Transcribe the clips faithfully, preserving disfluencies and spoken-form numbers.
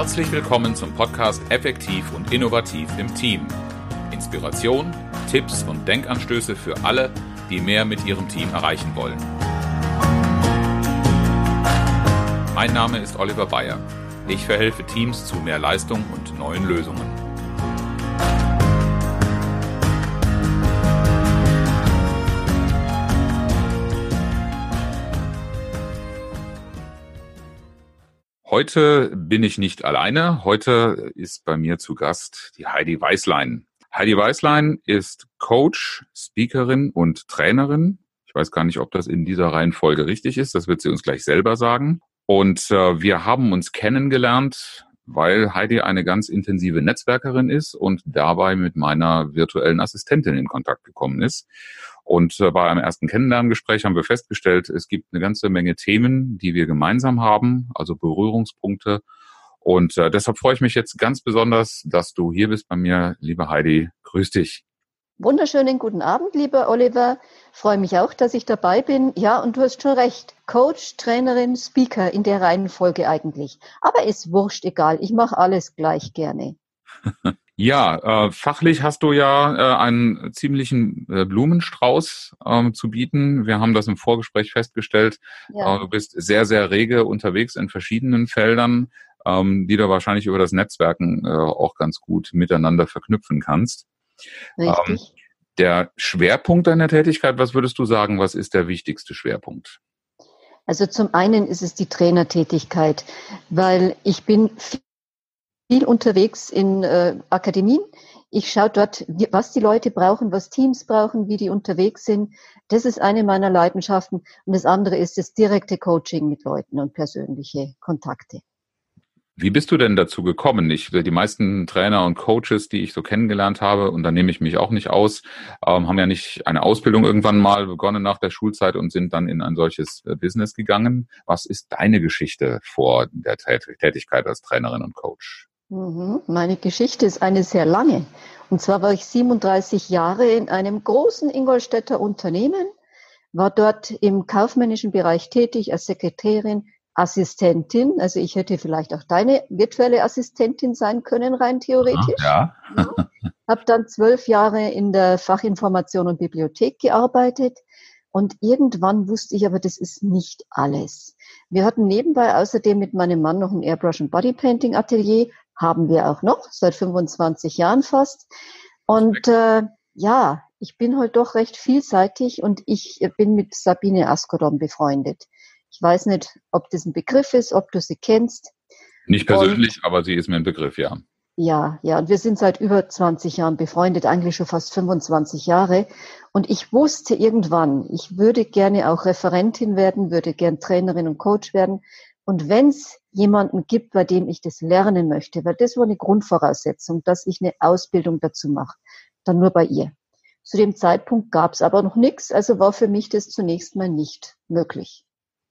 Herzlich willkommen zum Podcast Effektiv und Innovativ im Team. Inspiration, Tipps und Denkanstöße für alle, die mehr mit ihrem Team erreichen wollen. Mein Name ist Oliver Bayer. Ich verhelfe Teams zu mehr Leistung und neuen Lösungen. Heute bin ich nicht alleine. Heute ist bei mir zu Gast die Heidi Weißlein. Heidi Weißlein ist Coach, Speakerin und Trainerin. Ich weiß gar nicht, ob das in dieser Reihenfolge richtig ist. Das wird sie uns gleich selber sagen. Und äh, wir haben uns kennengelernt, weil Heidi eine ganz intensive Netzwerkerin ist und dabei mit meiner virtuellen Assistentin in Kontakt gekommen ist. Und äh, bei einem ersten Kennenlerngespräch haben wir festgestellt, es gibt eine ganze Menge Themen, die wir gemeinsam haben, also Berührungspunkte. Und äh, deshalb freue ich mich jetzt ganz besonders, dass du hier bist bei mir, liebe Heidi. Grüß dich. Wunderschönen guten Abend, lieber Oliver. Freue mich auch, dass ich dabei bin. Ja, und du hast schon recht. Coach, Trainerin, Speaker in der Reihenfolge eigentlich. Aber ist wurscht, egal. Ich mache alles gleich gerne. Ja, äh, fachlich hast du ja äh, einen ziemlichen äh, Blumenstrauß äh, zu bieten. Wir haben das im Vorgespräch festgestellt. Ja. Äh, du bist sehr, sehr rege unterwegs in verschiedenen Feldern, ähm, die du wahrscheinlich über das Netzwerken äh, auch ganz gut miteinander verknüpfen kannst. Richtig. Ähm, der Schwerpunkt deiner Tätigkeit, was würdest du sagen, was ist der wichtigste Schwerpunkt? Also zum einen ist es die Trainertätigkeit, weil ich bin viel unterwegs in äh, Akademien. Ich schaue dort, wie, was die Leute brauchen, was Teams brauchen, wie die unterwegs sind. Das ist eine meiner Leidenschaften. Und das andere ist das direkte Coaching mit Leuten und persönliche Kontakte. Wie bist du denn dazu gekommen? Ich, die meisten Trainer und Coaches, die ich so kennengelernt habe, und da nehme ich mich auch nicht aus, ähm, haben ja nicht eine Ausbildung irgendwann mal begonnen nach der Schulzeit und sind dann in ein solches äh, Business gegangen. Was ist deine Geschichte vor der Tät- Tätigkeit als Trainerin und Coach? Mhm. Meine Geschichte ist eine sehr lange. Und zwar war ich siebenunddreißig Jahre in einem großen Ingolstädter Unternehmen, war dort im kaufmännischen Bereich tätig als Sekretärin, Assistentin. Also ich hätte vielleicht auch deine virtuelle Assistentin sein können, rein theoretisch. Ja. Ja. Habe dann zwölf Jahre in der Fachinformation und Bibliothek gearbeitet. Und irgendwann wusste ich aber, das ist nicht alles. Wir hatten nebenbei außerdem mit meinem Mann noch ein Airbrush- und Bodypainting Atelier. Haben wir auch noch, seit fünfundzwanzig Jahren fast. Und äh, ja, ich bin halt doch recht vielseitig und ich bin mit Sabine Askodom befreundet. Ich weiß nicht, ob das ein Begriff ist, ob du sie kennst. Nicht persönlich, und, aber sie ist mir ein Begriff, ja. Ja, ja, und wir sind seit über zwanzig Jahren befreundet, eigentlich schon fast fünfundzwanzig Jahre. Und ich wusste irgendwann, ich würde gerne auch Referentin werden, würde gern Trainerin und Coach werden. Und wenn es jemanden gibt, bei dem ich das lernen möchte, weil das war eine Grundvoraussetzung, dass ich eine Ausbildung dazu mache, dann nur bei ihr. Zu dem Zeitpunkt gab es aber noch nichts, also war für mich das zunächst mal nicht möglich.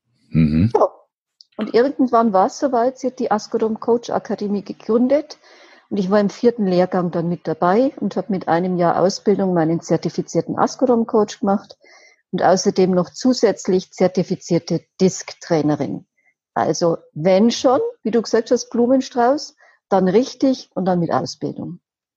Mhm. Ja. Und irgendwann war es soweit, sie hat die Askodom Coach Akademie gegründet und ich war im vierten Lehrgang dann mit dabei und habe mit einem Jahr Ausbildung meinen zertifizierten Askodom Coach gemacht und außerdem noch zusätzlich zertifizierte D I S C-Trainerin. Also wenn schon, wie du gesagt hast, Blumenstrauß, dann richtig und dann mit Ausbildung.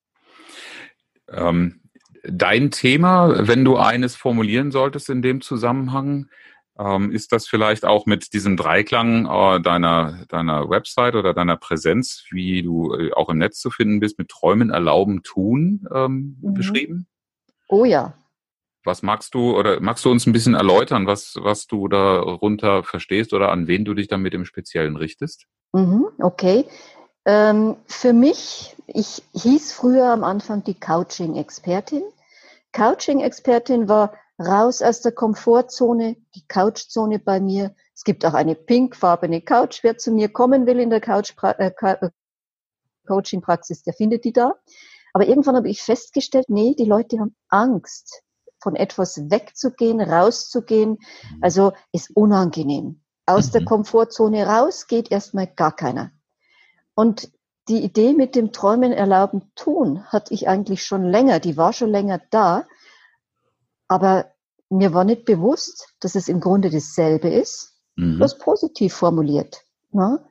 Ähm, dein Thema, wenn du eines formulieren solltest in dem Zusammenhang, ähm, ist das vielleicht auch mit diesem Dreiklang äh, deiner, deiner Website oder deiner Präsenz, wie du äh, auch im Netz zu finden bist, mit Träumen, Erlauben, Tun ähm, mhm. beschrieben? Oh ja. Was magst du oder magst du uns ein bisschen erläutern, was, was du darunter verstehst oder an wen du dich damit im Speziellen richtest? Mhm, okay. Ähm, für mich, ich hieß früher am Anfang die Couching-Expertin. Couching-Expertin war raus aus der Komfortzone, die Couchzone bei mir. Es gibt auch eine pinkfarbene Couch. Wer zu mir kommen will in der Couch, äh, Coaching-Praxis, der findet die da. Aber irgendwann habe ich festgestellt, nee, die Leute haben Angst, von etwas wegzugehen, rauszugehen. Also ist unangenehm. Aus mhm. der Komfortzone raus geht erstmal gar keiner. Und die Idee mit dem Träumen, Erlauben, Tun hatte ich eigentlich schon länger. Die war schon länger da. Aber mir war nicht bewusst, dass es im Grunde dasselbe ist, mhm. bloß positiv formuliert. Ne?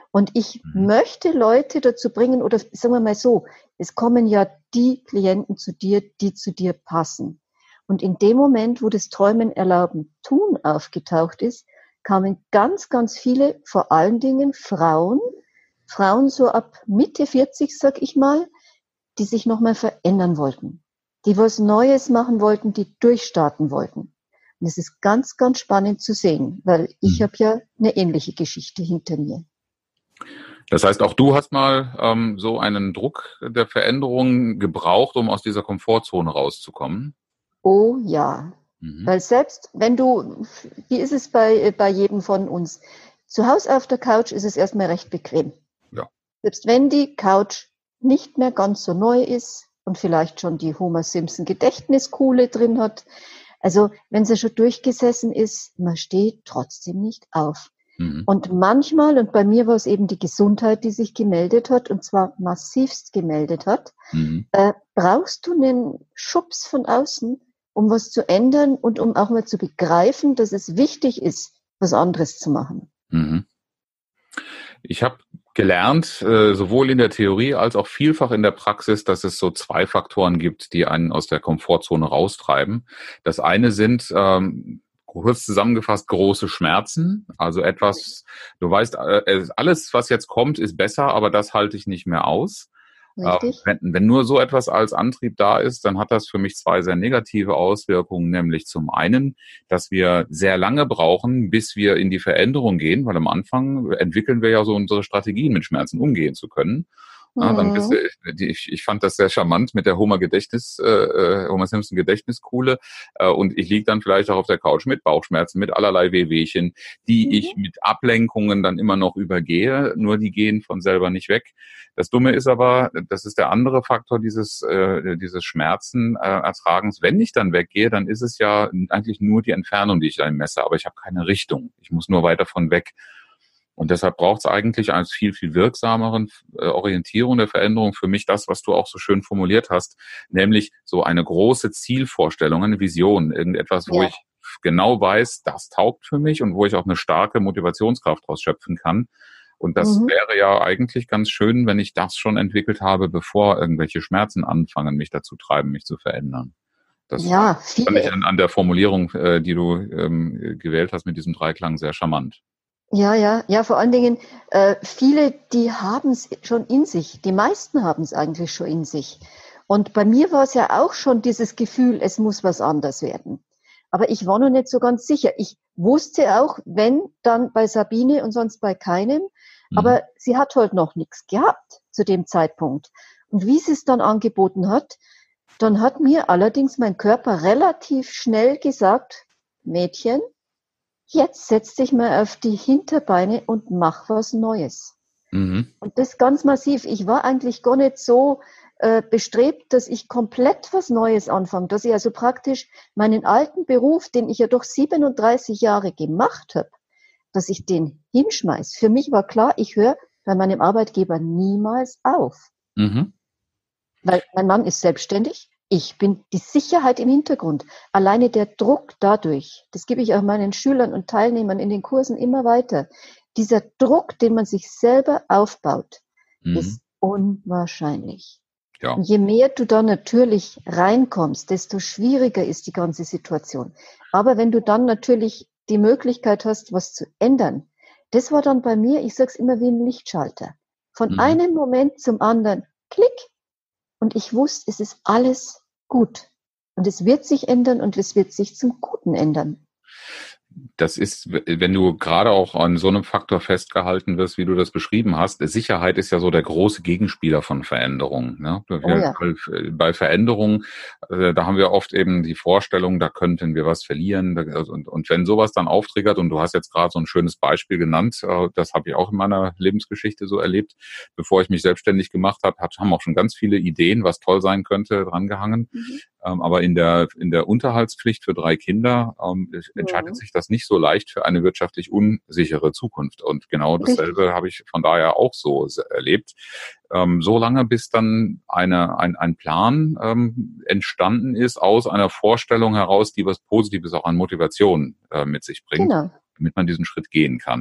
Und ich Mhm. möchte Leute dazu bringen, oder sagen wir mal so, es kommen ja die Klienten zu dir, die zu dir passen. Und in dem Moment, wo das Träumen erlauben tun aufgetaucht ist, kamen ganz, ganz viele, vor allen Dingen Frauen, Frauen so ab Mitte vierzig, sag ich mal, die sich nochmal verändern wollten, die was Neues machen wollten, die durchstarten wollten. Und es ist ganz, ganz spannend zu sehen, weil ich Mhm. habe ja eine ähnliche Geschichte hinter mir. Das heißt, auch du hast mal ähm, so einen Druck der Veränderung gebraucht, um aus dieser Komfortzone rauszukommen? Oh ja, Mhm. weil selbst wenn du, wie ist es bei, bei jedem von uns? Zu Hause auf der Couch ist es erstmal recht bequem. Ja. Selbst wenn die Couch nicht mehr ganz so neu ist und vielleicht schon die Homer Simpson Gedächtniskuhle drin hat, also wenn sie schon durchgesessen ist, man steht trotzdem nicht auf. Mhm. Und manchmal, und bei mir war es eben die Gesundheit, die sich gemeldet hat, und zwar massivst gemeldet hat, Mhm. äh, brauchst du einen Schubs von außen, um was zu ändern und um auch mal zu begreifen, dass es wichtig ist, was anderes zu machen. Mhm. Ich habe gelernt, äh, sowohl in der Theorie als auch vielfach in der Praxis, dass es so zwei Faktoren gibt, die einen aus der Komfortzone raustreiben. Das eine sind, ähm, kurz zusammengefasst, große Schmerzen. Also etwas, du weißt, äh, alles, was jetzt kommt, ist besser, aber das halte ich nicht mehr aus. Ähm, Richtig? wenn, wenn nur so etwas als Antrieb da ist, dann hat das für mich zwei sehr negative Auswirkungen, nämlich zum einen, dass wir sehr lange brauchen, bis wir in die Veränderung gehen, weil am Anfang entwickeln wir ja so unsere Strategien, mit Schmerzen umgehen zu können. Ja, dann bist du, Mhm. ich, ich fand das sehr charmant mit der Homer Gedächtnis, äh, Homer Simpson Gedächtniskuhle, äh, und ich liege dann vielleicht auch auf der Couch mit Bauchschmerzen, mit allerlei Wehwehchen, die ich Mhm. mit Ablenkungen dann immer noch übergehe, nur die gehen von selber nicht weg. Das Dumme ist aber, das ist der andere Faktor dieses, äh, dieses Schmerzen äh, ertragens. Wenn ich dann weggehe, dann ist es ja eigentlich nur die Entfernung, die ich dann messe, aber ich habe keine Richtung. Ich muss nur weiter von weg. Und deshalb braucht es eigentlich als viel, viel wirksameren äh, Orientierung der Veränderung für mich das, was du auch so schön formuliert hast, nämlich so eine große Zielvorstellung, eine Vision, irgendetwas, wo Ja. ich genau weiß, das taugt für mich und wo ich auch eine starke Motivationskraft daraus schöpfen kann. Und das Mhm. wäre ja eigentlich ganz schön, wenn ich das schon entwickelt habe, bevor irgendwelche Schmerzen anfangen, mich dazu treiben, mich zu verändern. Das fand, Ja, fand ich viele. an, an der Formulierung, äh, die du ähm, gewählt hast mit diesem Dreiklang, sehr charmant. Ja, ja, ja, vor allen Dingen, äh, viele, die haben es schon in sich. Die meisten haben es eigentlich schon in sich. Und bei mir war es ja auch schon dieses Gefühl, es muss was anders werden. Aber ich war noch nicht so ganz sicher. Ich wusste auch, wenn, dann bei Sabine und sonst bei keinem. Mhm. Aber sie hat halt noch nichts gehabt zu dem Zeitpunkt. Und wie sie es dann angeboten hat, dann hat mir allerdings mein Körper relativ schnell gesagt, Mädchen, jetzt setz dich mal auf die Hinterbeine und mach was Neues. Mhm. Und das ganz massiv. Ich war eigentlich gar nicht so äh, bestrebt, dass ich komplett was Neues anfange, dass ich also praktisch meinen alten Beruf, den ich ja doch siebenunddreißig Jahre gemacht habe, dass ich den hinschmeiß. Für mich war klar, ich höre bei meinem Arbeitgeber niemals auf. Mhm. Weil mein Mann ist selbstständig. Ich bin die Sicherheit im Hintergrund. Alleine der Druck dadurch, das gebe ich auch meinen Schülern und Teilnehmern in den Kursen immer weiter. Dieser Druck, den man sich selber aufbaut, Mhm. ist unwahrscheinlich. Ja. Und je mehr du da natürlich reinkommst, desto schwieriger ist die ganze Situation. Aber wenn du dann natürlich die Möglichkeit hast, was zu ändern, das war dann bei mir, ich sage es immer wie ein Lichtschalter. Von Mhm. einem Moment zum anderen, klick, und ich wusste, es ist alles gut. Und es wird sich ändern und es wird sich zum Guten ändern. Das ist, wenn du gerade auch an so einem Faktor festgehalten wirst, wie du das beschrieben hast, Sicherheit ist ja so der große Gegenspieler von Veränderung. Ne? Oh ja. Bei Veränderung, äh, da haben wir oft eben die Vorstellung, da könnten wir was verlieren. Und, und wenn sowas dann auftriggert, und du hast jetzt gerade so ein schönes Beispiel genannt, äh, das habe ich auch in meiner Lebensgeschichte so erlebt, bevor ich mich selbstständig gemacht habe, haben auch schon ganz viele Ideen, was toll sein könnte, drangehangen. Mhm. Ähm, aber in der, in der Unterhaltspflicht für drei Kinder ähm, entscheidet Mhm. sich das nicht so leicht für eine wirtschaftlich unsichere Zukunft. Und genau Richtig. dasselbe habe ich von daher auch so erlebt. Ähm, so lange, bis dann eine, ein, ein Plan ähm, entstanden ist aus einer Vorstellung heraus, die was Positives auch an Motivation äh, mit sich bringt, Genau. damit man diesen Schritt gehen kann.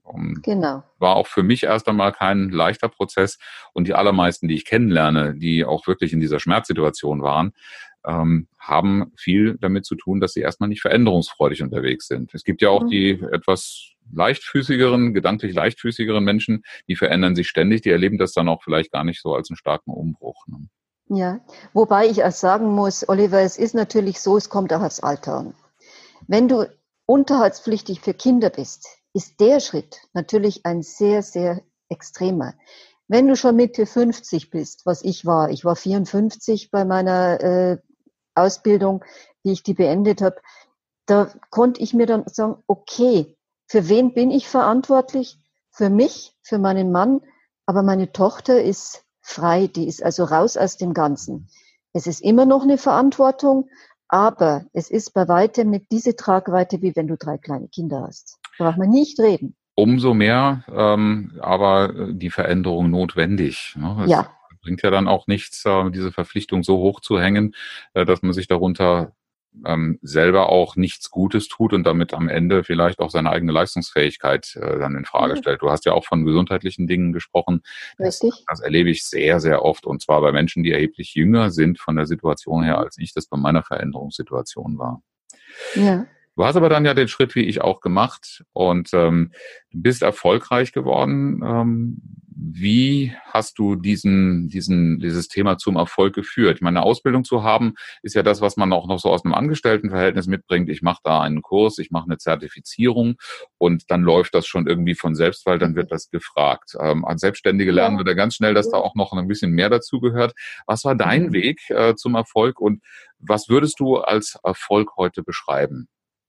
Um, Genau. War auch für mich erst einmal kein leichter Prozess und die allermeisten, die ich kennenlerne, die auch wirklich in dieser Schmerzsituation waren, ähm, haben viel damit zu tun, dass sie erstmal nicht veränderungsfreudig unterwegs sind. Es gibt ja auch Mhm. die etwas leichtfüßigeren, gedanklich leichtfüßigeren Menschen, die verändern sich ständig, die erleben das dann auch vielleicht gar nicht so als einen starken Umbruch. Ne? Ja, wobei ich auch sagen muss, Oliver, es ist natürlich so, es kommt auch aufs Alter an. Wenn du unterhaltspflichtig für Kinder bist, ist der Schritt natürlich ein sehr, sehr extremer. Wenn du schon Mitte fünfzig bist, was ich war, ich war vierundfünfzig bei meiner äh, Ausbildung, wie ich die beendet habe, da konnte ich mir dann sagen, okay, für wen bin ich verantwortlich? Für mich, für meinen Mann, aber meine Tochter ist frei, die ist also raus aus dem Ganzen. Es ist immer noch eine Verantwortung, aber es ist bei weitem nicht diese Tragweite, wie wenn du drei kleine Kinder hast. Da braucht man nicht reden. Umso mehr, ähm, aber die Veränderung notwendig. Ne? Es Ja. bringt ja dann auch nichts, äh, diese Verpflichtung so hoch zu hängen, äh, dass man sich darunter ähm, selber auch nichts Gutes tut und damit am Ende vielleicht auch seine eigene Leistungsfähigkeit äh, dann in Frage Mhm. stellt. Du hast ja auch von gesundheitlichen Dingen gesprochen. Das, Richtig. das erlebe ich sehr, sehr oft und zwar bei Menschen, die erheblich jünger sind von der Situation her, als ich das bei meiner Veränderungssituation war. Ja. Du hast aber dann ja den Schritt, wie ich auch, gemacht und ähm, du bist erfolgreich geworden. Ähm, wie hast du diesen, diesen, dieses Thema zum Erfolg geführt? Ich meine, eine Ausbildung zu haben, ist ja das, was man auch noch so aus einem Angestelltenverhältnis mitbringt. Ich mache da einen Kurs, ich mache eine Zertifizierung und dann läuft das schon irgendwie von selbst, weil dann wird das gefragt. Ähm, als Selbstständige lernen wir da ganz schnell, dass da auch noch ein bisschen mehr dazu gehört. Was war dein Mhm. Weg äh, zum Erfolg und was würdest du als Erfolg heute beschreiben?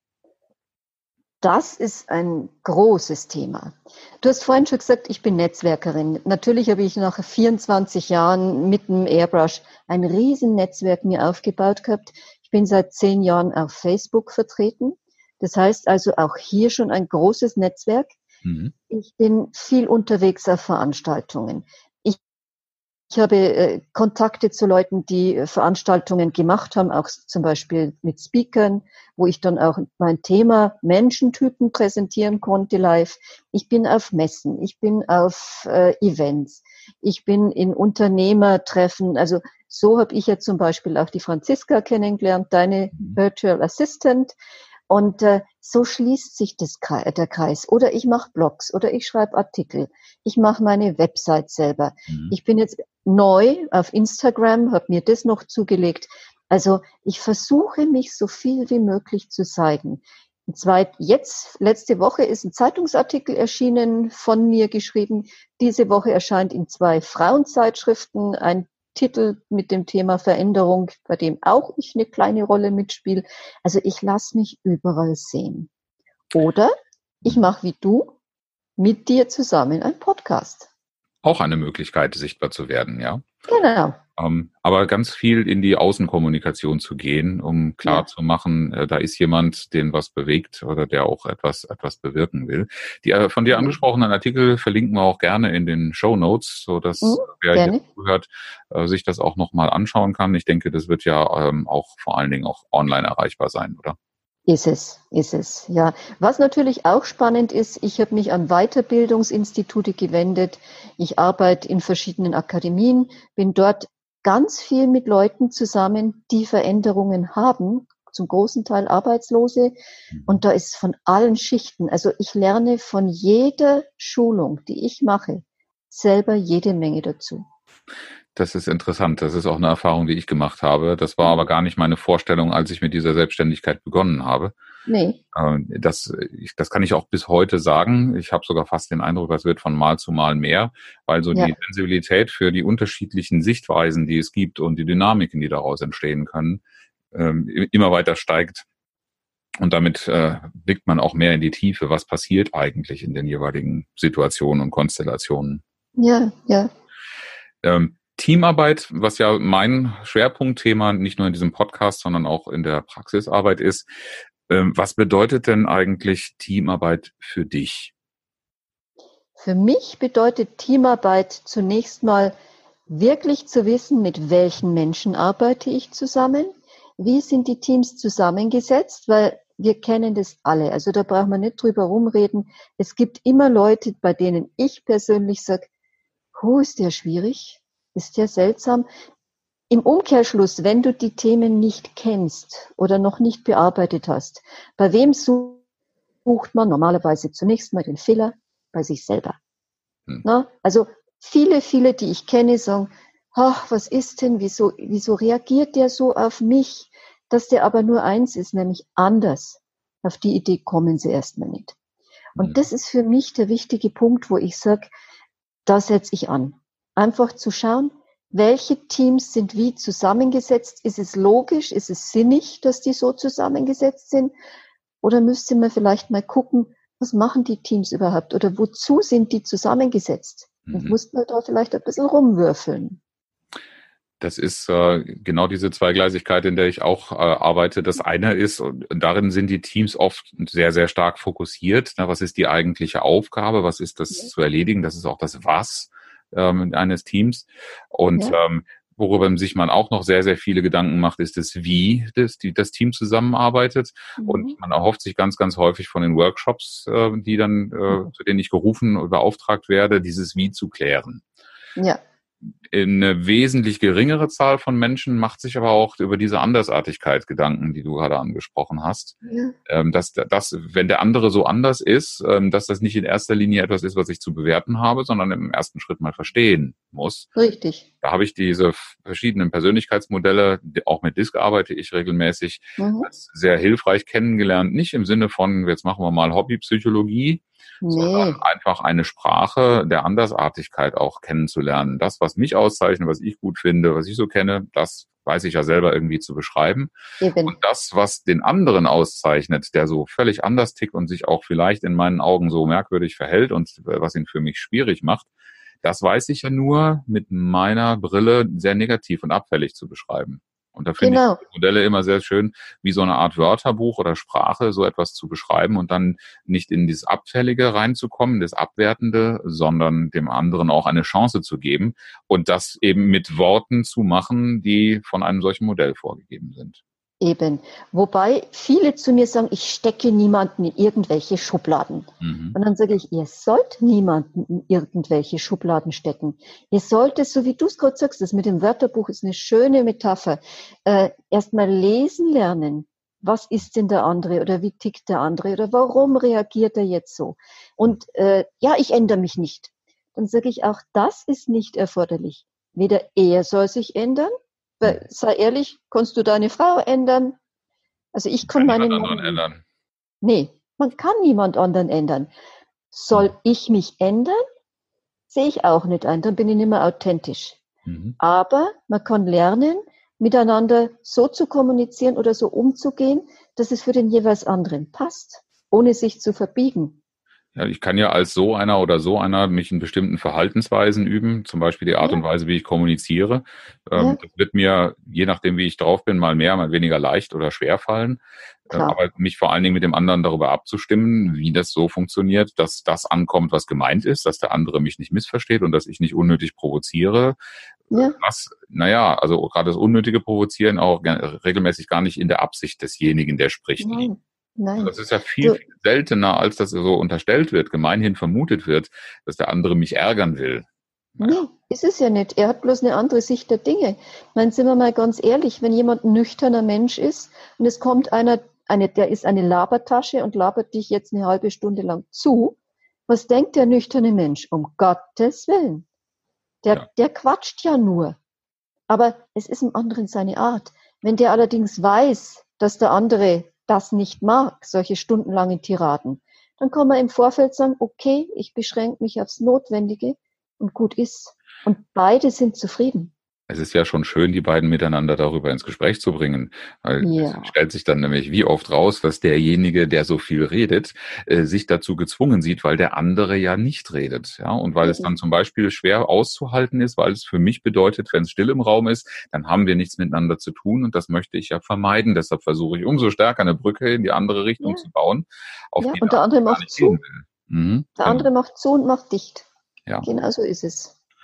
Das ist ein großes Thema. Du hast vorhin schon gesagt, ich bin Netzwerkerin. Natürlich habe ich nach vierundzwanzig Jahren mit dem Airbrush ein riesen Netzwerk mir aufgebaut gehabt. Ich bin seit zehn Jahren auf Facebook vertreten. Das heißt also auch hier schon ein großes Netzwerk. Mhm. Ich bin viel unterwegs auf Veranstaltungen. Ich Ich habe äh, Kontakte zu Leuten, die äh, Veranstaltungen gemacht haben, auch zum Beispiel mit Speakern, wo ich dann auch mein Thema Menschentypen präsentieren konnte live. Ich bin auf Messen, ich bin auf äh, Events, ich bin in Unternehmertreffen. Also so habe ich ja zum Beispiel auch die Franziska kennengelernt, deine Virtual Assistant. Und äh, so schließt sich das, der Kreis. Oder ich mache Blogs oder ich schreibe Artikel. Ich mache meine Website selber. Mhm. Ich bin jetzt neu auf Instagram, habe mir das noch zugelegt. Also ich versuche mich so viel wie möglich zu zeigen. Und zwar jetzt, letzte Woche ist ein Zeitungsartikel erschienen, von mir geschrieben. Diese Woche erscheint in zwei Frauenzeitschriften ein Titel mit dem Thema Veränderung, bei dem auch ich eine kleine Rolle mitspiele. Also ich lasse mich überall sehen. Oder ich mache wie du mit dir zusammen einen Podcast. Auch eine Möglichkeit, sichtbar zu werden, ja. Genau. Ähm, aber ganz viel in die Außenkommunikation zu gehen, um klar Ja. zu machen, äh, da ist jemand, den was bewegt oder der auch etwas etwas bewirken will. Die äh, von dir Mhm. angesprochenen Artikel verlinken wir auch gerne in den Shownotes, so dass Mhm, wer gerne. hier zuhört, äh, sich das auch nochmal anschauen kann. Ich denke, das wird ja ähm, auch vor allen Dingen auch online erreichbar sein, oder? Ist es, ist es, ja. Was natürlich auch spannend ist, ich habe mich an Weiterbildungsinstitute gewendet. Ich arbeite in verschiedenen Akademien, bin dort ganz viel mit Leuten zusammen, die Veränderungen haben, zum großen Teil Arbeitslose. Und da ist von allen Schichten, also ich lerne von jeder Schulung, die ich mache, selber jede Menge dazu. Das ist interessant. Das ist auch eine Erfahrung, die ich gemacht habe. Das war aber gar nicht meine Vorstellung, als ich mit dieser Selbstständigkeit begonnen habe. Nee. Das, das kann ich auch bis heute sagen. Ich habe sogar fast den Eindruck, das wird von Mal zu Mal mehr, weil so Ja. die Sensibilität für die unterschiedlichen Sichtweisen, die es gibt und die Dynamiken, die daraus entstehen können, immer weiter steigt. Und damit äh, blickt man auch mehr in die Tiefe. Was passiert eigentlich in den jeweiligen Situationen und Konstellationen? Ja, ja. Ähm, Teamarbeit, was ja mein Schwerpunktthema nicht nur in diesem Podcast, sondern auch in der Praxisarbeit ist. Ähm, was bedeutet denn eigentlich Teamarbeit für dich? Für mich bedeutet Teamarbeit zunächst mal wirklich zu wissen, mit welchen Menschen arbeite ich zusammen, wie sind die Teams zusammengesetzt, weil wir kennen das alle. Also da braucht man nicht drüber rumreden. Es gibt immer Leute, bei denen ich persönlich sage, oh, ist der schwierig? Ist der seltsam? Im Umkehrschluss, wenn du die Themen nicht kennst oder noch nicht bearbeitet hast, bei wem sucht man normalerweise zunächst mal den Fehler? Bei sich selber. Hm. Na, also viele, viele, die ich kenne, sagen, ach, was ist denn, wieso, wieso reagiert der so auf mich? Dass der aber nur eins ist, nämlich anders. Auf die Idee kommen sie erstmal nicht. Und hm. das ist für mich der wichtige Punkt, wo ich sage, da setze ich an. Einfach zu schauen, welche Teams sind wie zusammengesetzt? Ist es logisch? Ist es sinnig, dass die so zusammengesetzt sind? Oder müsste man vielleicht mal gucken, was machen die Teams überhaupt? Oder wozu sind die zusammengesetzt? Mhm. Und muss man da vielleicht ein bisschen rumwürfeln. Das ist äh, genau diese Zweigleisigkeit, in der ich auch äh, arbeite. Das eine ist, und darin sind die Teams oft sehr, sehr stark fokussiert. Na, was ist die eigentliche Aufgabe? Was ist das ja. zu erledigen? Das ist auch das Was ähm, eines Teams. Und ja. ähm, worüber sich man auch noch sehr, sehr viele Gedanken macht, ist das Wie das, die, das Team zusammenarbeitet. Mhm. Und man erhofft sich ganz, ganz häufig von den Workshops, äh, die dann, äh, mhm. zu denen ich gerufen oder beauftragt werde, dieses Wie zu klären. Ja. Eine wesentlich geringere Zahl von Menschen macht sich aber auch über diese Andersartigkeit Gedanken, die du gerade angesprochen hast. Ja. Ähm, dass, dass, wenn der andere so anders ist, ähm, dass das nicht in erster Linie etwas ist, was ich zu bewerten habe, sondern im ersten Schritt mal verstehen muss. Richtig. Da habe ich diese verschiedenen Persönlichkeitsmodelle, auch mit D I S C arbeite ich regelmäßig, mhm. als sehr hilfreich kennengelernt. Nicht im Sinne von, jetzt machen wir mal Hobbypsychologie, nee. sondern einfach eine Sprache der Andersartigkeit auch kennenzulernen. Das, was mich auszeichnet, was ich gut finde, was ich so kenne, das weiß ich ja selber irgendwie zu beschreiben. Eben. Und das, was den anderen auszeichnet, der so völlig anders tickt und sich auch vielleicht in meinen Augen so merkwürdig verhält und was ihn für mich schwierig macht, das weiß ich ja nur mit meiner Brille sehr negativ und abfällig zu beschreiben. Und da finde genau. ich die Modelle immer sehr schön, wie so eine Art Wörterbuch oder Sprache, so etwas zu beschreiben und dann nicht in dieses Abfällige reinzukommen, das Abwertende, sondern dem anderen auch eine Chance zu geben und das eben mit Worten zu machen, die von einem solchen Modell vorgegeben sind. Eben. Wobei viele zu mir sagen, ich stecke niemanden in irgendwelche Schubladen. Mhm. Und dann sage ich, ihr sollt niemanden in irgendwelche Schubladen stecken. Ihr solltet, so wie du es gerade sagst, das mit dem Wörterbuch ist eine schöne Metapher, äh, erstmal lesen lernen. Was ist denn der andere oder wie tickt der andere oder warum reagiert er jetzt so? Und äh, ja, ich ändere mich nicht. Dann sage ich auch, das ist nicht erforderlich. Weder er soll sich ändern, weil, sei ehrlich, kannst du deine Frau ändern? Also ich kann, kann meinen Mann ändern. Nee, man kann niemand anderen ändern. Soll hm. ich mich ändern? Sehe ich auch nicht ein, dann bin ich nicht mehr authentisch. Mhm. Aber man kann lernen, miteinander so zu kommunizieren oder so umzugehen, dass es für den jeweils anderen passt, ohne sich zu verbiegen. Ja, ich kann ja als so einer oder so einer mich in bestimmten Verhaltensweisen üben, zum Beispiel die Art ja. und Weise, wie ich kommuniziere. Ähm, ja. Das wird mir, je nachdem, wie ich drauf bin, mal mehr, mal weniger leicht oder schwer fallen. Klar. Aber mich vor allen Dingen mit dem anderen darüber abzustimmen, wie das so funktioniert, dass das ankommt, was gemeint ist, dass der andere mich nicht missversteht und dass ich nicht unnötig provoziere. Ja. Was, naja, also gerade das unnötige Provozieren auch regelmäßig gar nicht in der Absicht desjenigen, der spricht. Nein. Nein. Das ist ja viel, viel seltener, als das so unterstellt wird, gemeinhin vermutet wird, dass der andere mich ärgern will. Naja. Nee, ist es ja nicht. Er hat bloß eine andere Sicht der Dinge. Ich meine, sind wir mal ganz ehrlich, wenn jemand ein nüchterner Mensch ist und es kommt einer, eine, der ist eine Labertasche und labert dich jetzt eine halbe Stunde lang zu, was denkt der nüchterne Mensch? Um Gottes Willen. Der, ja. der quatscht ja nur. Aber es ist im anderen seine Art. Wenn der allerdings weiß, dass der andere das nicht mag, solche stundenlangen Tiraden, dann kann man im Vorfeld sagen, okay, ich beschränke mich aufs Notwendige und gut ist. Und beide sind zufrieden. Es ist ja schon schön, die beiden miteinander darüber ins Gespräch zu bringen. Weil ja. Es stellt sich dann nämlich wie oft raus, dass derjenige, der so viel redet, äh, sich dazu gezwungen sieht, weil der andere ja nicht redet. Ja, und weil mhm. es dann zum Beispiel schwer auszuhalten ist, weil es für mich bedeutet, wenn es still im Raum ist, dann haben wir nichts miteinander zu tun und das möchte ich ja vermeiden. Deshalb versuche ich umso stärker eine Brücke in die andere Richtung ja. zu bauen. Auf ja, die und der andere macht zu. Mhm, der genau. andere macht zu und macht dicht. Ja. Genau so ist es.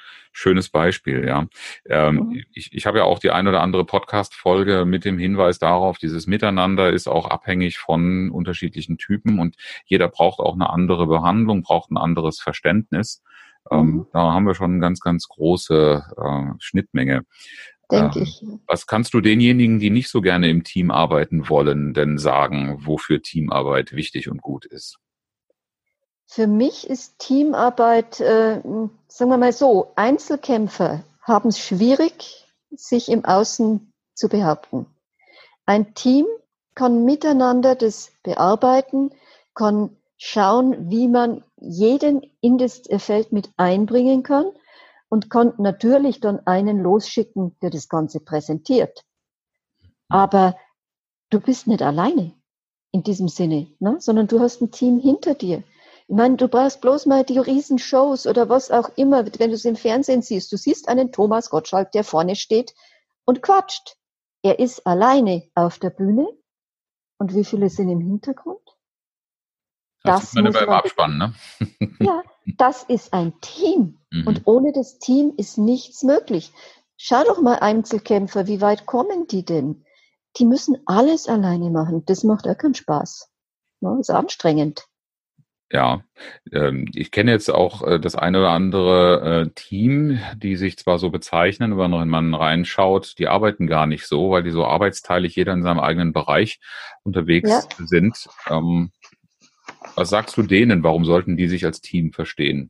Schönes Beispiel, ja. Ähm, Mhm. ich ich habe ja auch die ein oder andere Podcast-Folge mit dem Hinweis darauf, dieses Miteinander ist auch abhängig von unterschiedlichen Typen und jeder braucht auch eine andere Behandlung, braucht ein anderes Verständnis. Mhm. Ähm, da haben wir schon eine ganz, ganz große äh, Schnittmenge. Denke Ähm, ich. was kannst du denjenigen, die nicht so gerne im Team arbeiten wollen, denn sagen, wofür Teamarbeit wichtig und gut ist? Für mich ist Teamarbeit, äh, sagen wir mal so, Einzelkämpfer haben es schwierig, sich im Außen zu behaupten. Ein Team kann miteinander das bearbeiten, kann schauen, wie man jeden in das Feld mit einbringen kann und kann natürlich dann einen losschicken, der das Ganze präsentiert. Aber du bist nicht alleine in diesem Sinne, ne? Sondern du hast ein Team hinter dir. Ich meine, du brauchst bloß mal die Riesenshows oder was auch immer, wenn du es im Fernsehen siehst. Du siehst einen Thomas Gottschalk, der vorne steht und quatscht. Er ist alleine auf der Bühne. Und wie viele sind im Hintergrund? Das sieht Das man muss immer im man Abspann, bedenken. ne? Ja, das ist ein Team. Mhm. Und ohne das Team ist nichts möglich. Schau doch mal Einzelkämpfer, wie weit kommen die denn? Die müssen alles alleine machen. Das macht auch keinen Spaß. Ne? Ist anstrengend. Ja, ähm, ich kenne jetzt auch äh, das eine oder andere äh, Team, die sich zwar so bezeichnen, aber wenn man reinschaut, die arbeiten gar nicht so, weil die so arbeitsteilig jeder in seinem eigenen Bereich Ja, unterwegs sind. Ähm, was sagst du denen? Warum sollten die sich als Team verstehen?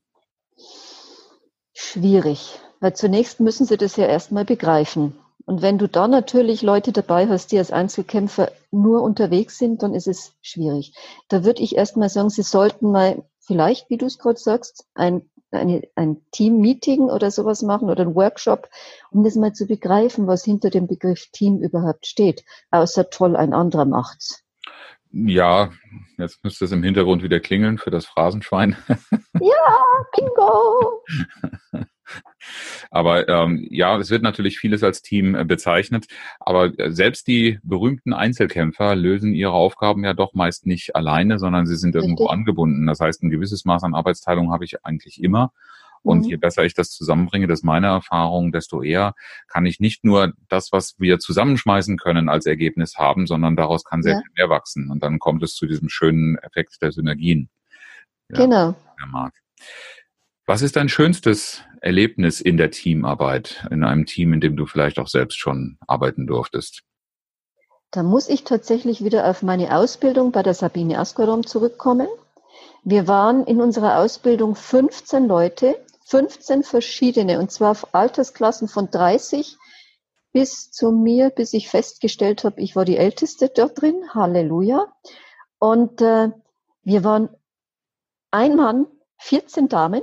schwierig. Weil zunächst müssen sie das ja erstmal begreifen. Und wenn du da natürlich Leute dabei hast, die als Einzelkämpfer nur unterwegs sind, dann ist es schwierig. Da würde ich erstmal sagen, sie sollten mal vielleicht, wie du es gerade sagst, ein, eine, ein Team-Meeting oder sowas machen oder ein Workshop, um das mal zu begreifen, was hinter dem Begriff Team überhaupt steht. Außer toll, ein anderer macht's. Ja, jetzt müsste es im Hintergrund wieder klingeln für das Phrasenschwein. Ja, Bingo! Aber ähm, ja, es wird natürlich vieles als Team äh, bezeichnet. Aber äh, selbst die berühmten Einzelkämpfer lösen ihre Aufgaben ja doch meist nicht alleine, sondern sie sind irgendwo Richtig. angebunden. Das heißt, ein gewisses Maß an Arbeitsteilung habe ich eigentlich immer. Und je Mhm. besser ich das zusammenbringe, das ist meine Erfahrung, desto eher kann ich nicht nur das, was wir zusammenschmeißen können, als Ergebnis haben, sondern daraus kann sehr Ja, viel mehr wachsen. Und dann kommt es zu diesem schönen Effekt der Synergien. Ja, genau. Herr Marc. Was ist dein schönstes Erlebnis in der Teamarbeit, in einem Team, in dem du vielleicht auch selbst schon arbeiten durftest? Da muss ich tatsächlich wieder auf meine Ausbildung bei der Sabine Askerom zurückkommen. Wir waren in unserer Ausbildung fünfzehn Leute, fünfzehn verschiedene, und zwar auf Altersklassen von dreißig bis zu mir, bis ich festgestellt habe, ich war die Älteste dort drin. Halleluja. Und äh, wir waren ein Mann, vierzehn Damen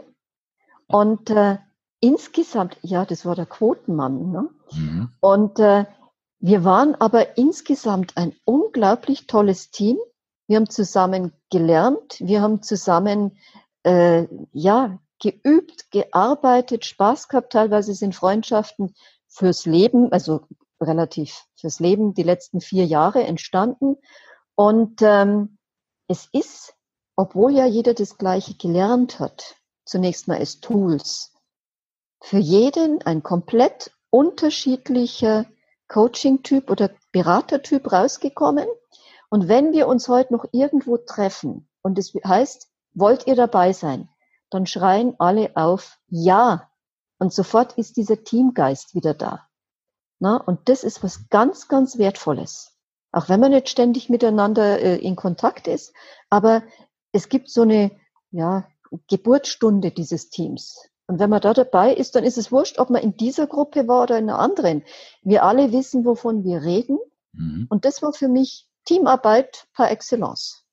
und äh, insgesamt, ja, das war der Quotenmann, ne? Mhm. Und äh, wir waren aber insgesamt ein unglaublich tolles Team. Wir haben zusammen gelernt, wir haben zusammen äh, ja geübt, gearbeitet, Spaß gehabt. Teilweise sind Freundschaften fürs Leben, also relativ fürs Leben, die letzten vier Jahre entstanden. Und ähm, es ist, obwohl ja jeder das Gleiche gelernt hat, zunächst mal als Tools, für jeden ein komplett unterschiedlicher Coaching-Typ oder Beratertyp rausgekommen. Und wenn wir uns heute noch irgendwo treffen und es heißt, wollt ihr dabei sein, dann schreien alle auf Ja. Und sofort ist dieser Teamgeist wieder da. Na, und das ist was ganz, ganz Wertvolles. Auch wenn man nicht ständig miteinander äh, in Kontakt ist, aber es gibt so eine ja, Geburtsstunde dieses Teams. Und wenn man da dabei ist, dann ist es wurscht, ob man in dieser Gruppe war oder in einer anderen. Wir alle wissen, wovon wir reden. Mhm. Und das war für mich Teamarbeit par excellence.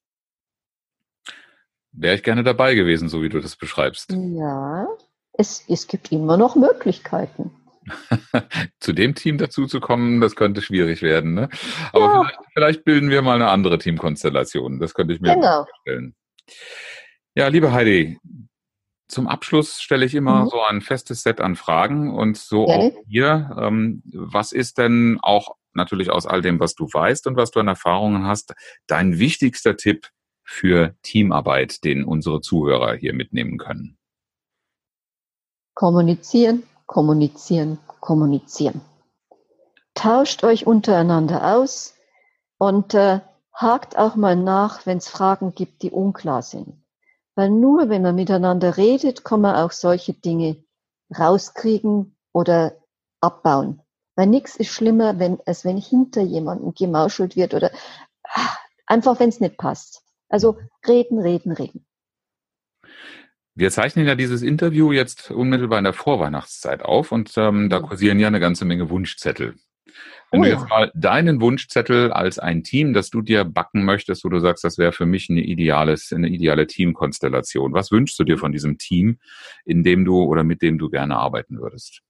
Wäre ich gerne dabei gewesen, so wie du das beschreibst. Ja, es, es gibt immer noch Möglichkeiten. Zu dem Team dazu zu kommen, das könnte schwierig werden, ne? Aber Ja, vielleicht, vielleicht bilden wir mal eine andere Teamkonstellation. Das könnte ich mir gut genau. vorstellen. Ja, liebe Heidi, zum Abschluss stelle ich immer Mhm. so ein festes Set an Fragen und so auch Gerne. hier. Ähm, was ist denn auch natürlich aus all dem, was du weißt und was du an Erfahrungen hast, dein wichtigster Tipp für Teamarbeit, den unsere Zuhörer hier mitnehmen können? Kommunizieren, kommunizieren, kommunizieren. Tauscht euch untereinander aus und äh, hakt auch mal nach, wenn es Fragen gibt, die unklar sind. Weil nur wenn man miteinander redet, kann man auch solche Dinge rauskriegen oder abbauen. Weil nichts ist schlimmer, wenn, als wenn hinter jemandem gemauschelt wird oder ach, einfach, wenn es nicht passt. Also reden, reden, reden. Wir zeichnen ja dieses Interview jetzt unmittelbar in der Vorweihnachtszeit auf und ähm, da kursieren ja eine ganze Menge Wunschzettel. Wenn Oh du ja. jetzt mal deinen Wunschzettel als ein Team, das du dir backen möchtest, wo du sagst, das wäre für mich eine ideales, eine ideale Teamkonstellation. Was wünschst du dir von diesem Team, in dem du oder mit dem du gerne arbeiten würdest?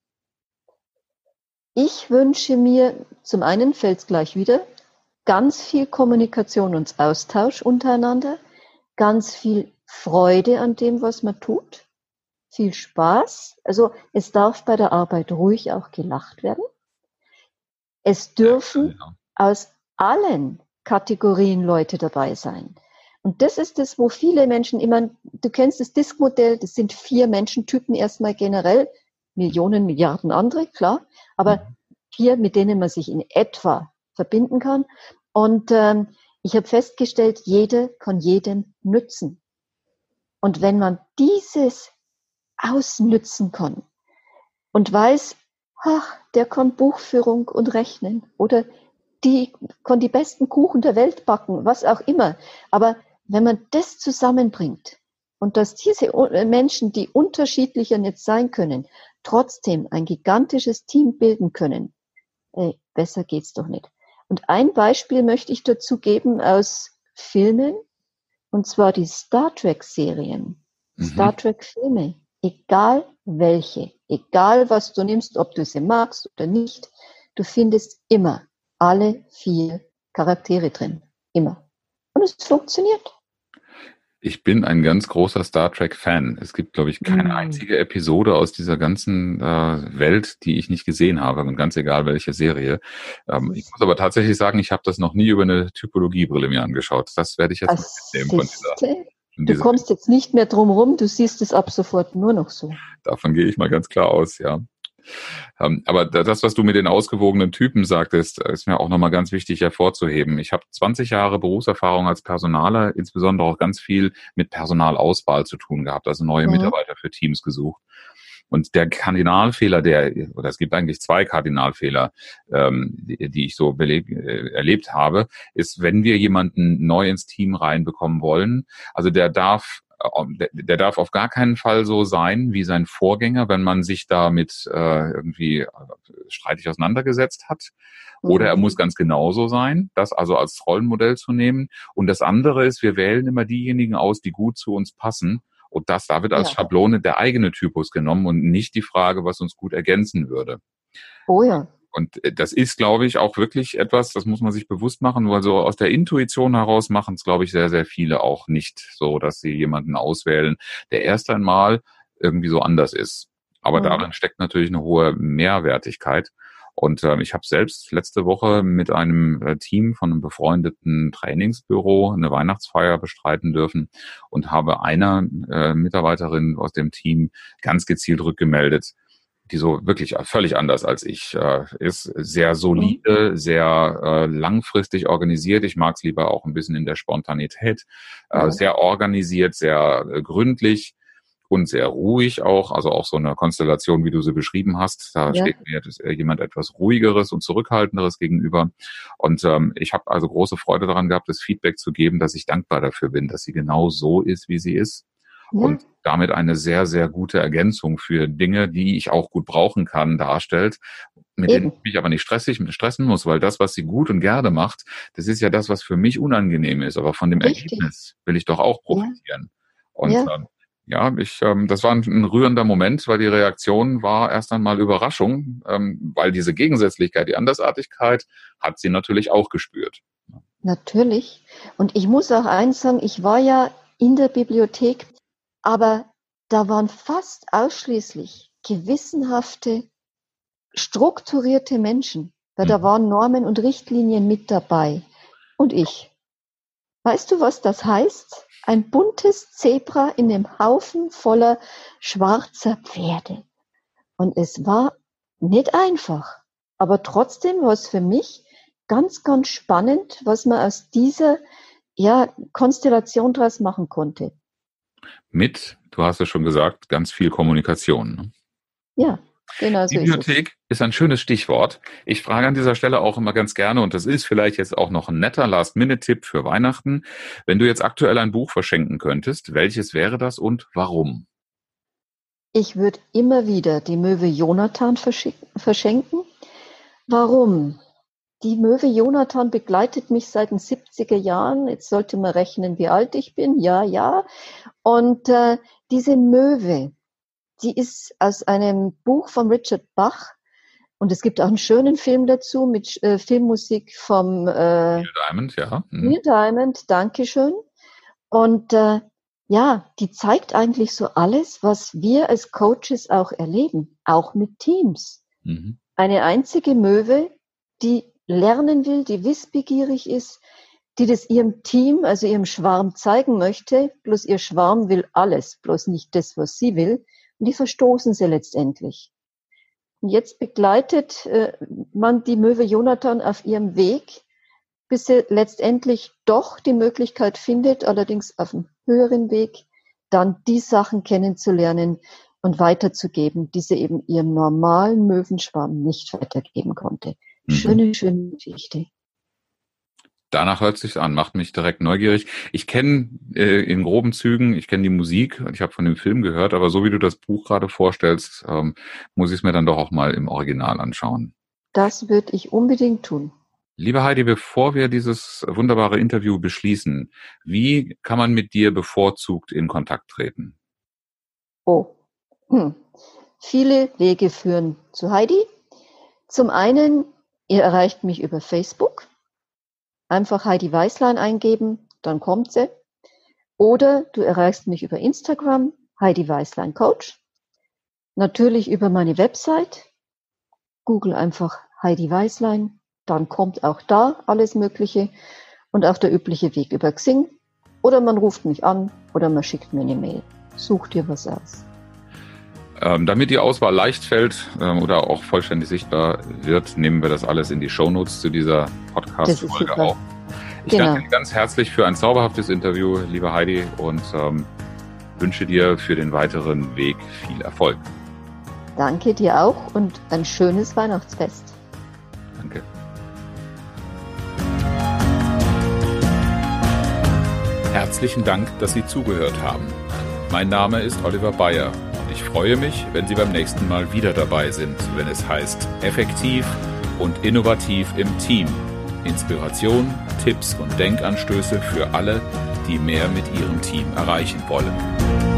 Ich wünsche mir, zum einen fällt es gleich wieder, ganz viel Kommunikation und Austausch untereinander, ganz viel Freude an dem, was man tut, viel Spaß. Also es darf bei der Arbeit ruhig auch gelacht werden. Es dürfen Ja. aus allen Kategorien Leute dabei sein. Und das ist das, wo viele Menschen immer, du kennst das Disk-Modell, das sind vier Menschentypen erstmal generell, Millionen, Milliarden andere, klar, aber Mhm. vier, mit denen man sich in etwa verbinden kann. Und ähm, ich habe festgestellt, jeder kann jedem nützen. Und wenn man dieses ausnützen kann und weiß, ach, der kann Buchführung und rechnen oder die kann die besten Kuchen der Welt backen, was auch immer. Aber wenn man das zusammenbringt und dass diese Menschen, die unterschiedlicher nicht sein können, trotzdem ein gigantisches Team bilden können, ey, besser geht's doch nicht. Und ein Beispiel möchte ich dazu geben aus Filmen, und zwar die Star Trek-Serien, Mhm. Star Trek-Filme, egal welche, egal was du nimmst, ob du sie magst oder nicht, du findest immer alle vier Charaktere drin, immer. Und es funktioniert. Ich bin ein ganz großer Star Trek-Fan. Es gibt, glaube ich, keine Mm. einzige Episode aus dieser ganzen äh, Welt, die ich nicht gesehen habe. Und ganz egal, welche Serie. Ähm, ich muss aber tatsächlich sagen, ich habe das noch nie über eine Typologiebrille mir angeschaut. Das werde ich jetzt mal mitnehmen von dieser, von Du dieser. kommst jetzt nicht mehr drum rum, du siehst es ab sofort nur noch so. Davon gehe ich mal ganz klar aus, ja. Ähm, aber das, was du mit den ausgewogenen Typen sagtest, ist mir auch nochmal ganz wichtig hervorzuheben. Ich habe zwanzig Jahre Berufserfahrung als Personaler, insbesondere auch ganz viel mit Personalauswahl zu tun gehabt, also neue Mhm. Mitarbeiter für Teams gesucht. Und der Kardinalfehler, der, oder es gibt eigentlich zwei Kardinalfehler, ähm, die, die ich so belebt, äh, erlebt habe, ist, wenn wir jemanden neu ins Team reinbekommen wollen, also der darf Der, der darf auf gar keinen Fall so sein wie sein Vorgänger, wenn man sich damit äh, irgendwie streitig auseinandergesetzt hat. Oder er Mhm. muss ganz genauso sein, das also als Rollenmodell zu nehmen. Und das andere ist, wir wählen immer diejenigen aus, die gut zu uns passen. Und das, da wird als Ja. Schablone der eigene Typus genommen und nicht die Frage, was uns gut ergänzen würde. Oh ja. Und das ist, glaube ich, auch wirklich etwas, das muss man sich bewusst machen, weil so aus der Intuition heraus machen es, glaube ich, sehr, sehr viele auch nicht so, dass sie jemanden auswählen, der erst einmal irgendwie so anders ist. Aber Mhm. darin steckt natürlich eine hohe Mehrwertigkeit. Und äh, ich habe selbst letzte Woche mit einem äh, Team von einem befreundeten Trainingsbüro eine Weihnachtsfeier bestreiten dürfen und habe einer äh, Mitarbeiterin aus dem Team ganz gezielt rückgemeldet, die so wirklich völlig anders als ich äh, ist, sehr solide, sehr äh, langfristig organisiert. Ich mag es lieber auch ein bisschen in der Spontanität, äh, Ja. sehr organisiert, sehr äh, gründlich und sehr ruhig auch, also auch so eine Konstellation, wie du sie beschrieben hast. Da Ja. steht mir jetzt jemand etwas ruhigeres und zurückhaltenderes gegenüber. Und ähm, ich habe also große Freude daran gehabt, das Feedback zu geben, dass ich dankbar dafür bin, dass sie genau so ist, wie sie ist. Ja. Und damit eine sehr, sehr gute Ergänzung für Dinge, die ich auch gut brauchen kann, darstellt, mit Eben. denen ich mich aber nicht stressig stressen muss, weil das, was sie gut und gerne macht, das ist ja das, was für mich unangenehm ist. Aber von dem Richtig. Ergebnis will ich doch auch Ja. profitieren. Und Ja. ähm, ja, ich, ähm, das war ein, ein rührender Moment, weil die Reaktion war erst einmal Überraschung, ähm, weil diese Gegensätzlichkeit, die Andersartigkeit, hat sie natürlich auch gespürt. Natürlich. Und ich muss auch eins sagen, ich war ja in der Bibliothek, aber da waren fast ausschließlich gewissenhafte, strukturierte Menschen, weil da Mhm. waren Normen und Richtlinien mit dabei. Und ich. Weißt du, was das heißt? Ein buntes Zebra in einem Haufen voller schwarzer Pferde. Und es war nicht einfach, aber trotzdem war es für mich ganz, ganz spannend, was man aus dieser ja, Konstellation daraus machen konnte. Mit, du hast es schon gesagt, ganz viel Kommunikation. Ne? Ja, genau so Bibliothek ist es. Ist ein schönes Stichwort. Ich frage an dieser Stelle auch immer ganz gerne, und das ist vielleicht jetzt auch noch ein netter Last-Minute-Tipp für Weihnachten. Wenn du jetzt aktuell ein Buch verschenken könntest, welches wäre das und warum? Ich würde immer wieder die Möwe Jonathan verschenken. Warum? Die Möwe Jonathan begleitet mich seit den siebziger Jahren. Jetzt sollte man rechnen, wie alt ich bin. Ja, ja. Und äh, diese Möwe, die ist aus einem Buch von Richard Bach. Und es gibt auch einen schönen Film dazu mit äh, Filmmusik vom äh, Neil Diamond, ja. Hm. Neil Diamond, Dankeschön. Und äh, ja, die zeigt eigentlich so alles, was wir als Coaches auch erleben, auch mit Teams. Mhm. Eine einzige Möwe, die lernen will, die wissbegierig ist, die das ihrem Team, also ihrem Schwarm zeigen möchte, bloß ihr Schwarm will alles, bloß nicht das, was sie will. Und die verstoßen sie letztendlich. Und jetzt begleitet äh, man die Möwe Jonathan auf ihrem Weg, bis sie letztendlich doch die Möglichkeit findet, allerdings auf einem höheren Weg, dann die Sachen kennenzulernen und weiterzugeben, die sie eben ihrem normalen Möwenschwarm nicht weitergeben konnte. Mhm. Schöne, schöne Geschichte. Danach hört sich's an, macht mich direkt neugierig. Ich kenne äh, in groben Zügen, ich kenne die Musik, ich habe von dem Film gehört, aber so wie du das Buch gerade vorstellst, ähm, muss ich es mir dann doch auch mal im Original anschauen. Das würde ich unbedingt tun. Liebe Heidi, bevor wir dieses wunderbare Interview beschließen, wie kann man mit dir bevorzugt in Kontakt treten? Oh, hm. Viele Wege führen zu Heidi. Zum einen, ihr erreicht mich über Facebook. Einfach Heidi Weißlein eingeben, dann kommt sie. Oder du erreichst mich über Instagram, Heidi Weißlein Coach. Natürlich über meine Website. Google einfach Heidi Weißlein, dann kommt auch da alles Mögliche. Und auch der übliche Weg über Xing. Oder man ruft mich an oder man schickt mir eine Mail. Such dir was aus. Ähm, damit die Auswahl leicht fällt ähm, oder auch vollständig sichtbar wird, nehmen wir das alles in die Shownotes zu dieser Podcast-Folge auf. Ich genau. danke dir ganz herzlich für ein zauberhaftes Interview, liebe Heidi, und ähm, wünsche dir für den weiteren Weg viel Erfolg. Danke dir auch und ein schönes Weihnachtsfest. Danke. Herzlichen Dank, dass Sie zugehört haben. Mein Name ist Oliver Bayer. Ich freue mich, wenn Sie beim nächsten Mal wieder dabei sind, wenn es heißt Effektiv und innovativ im Team. Inspiration, Tipps und Denkanstöße für alle, die mehr mit ihrem Team erreichen wollen.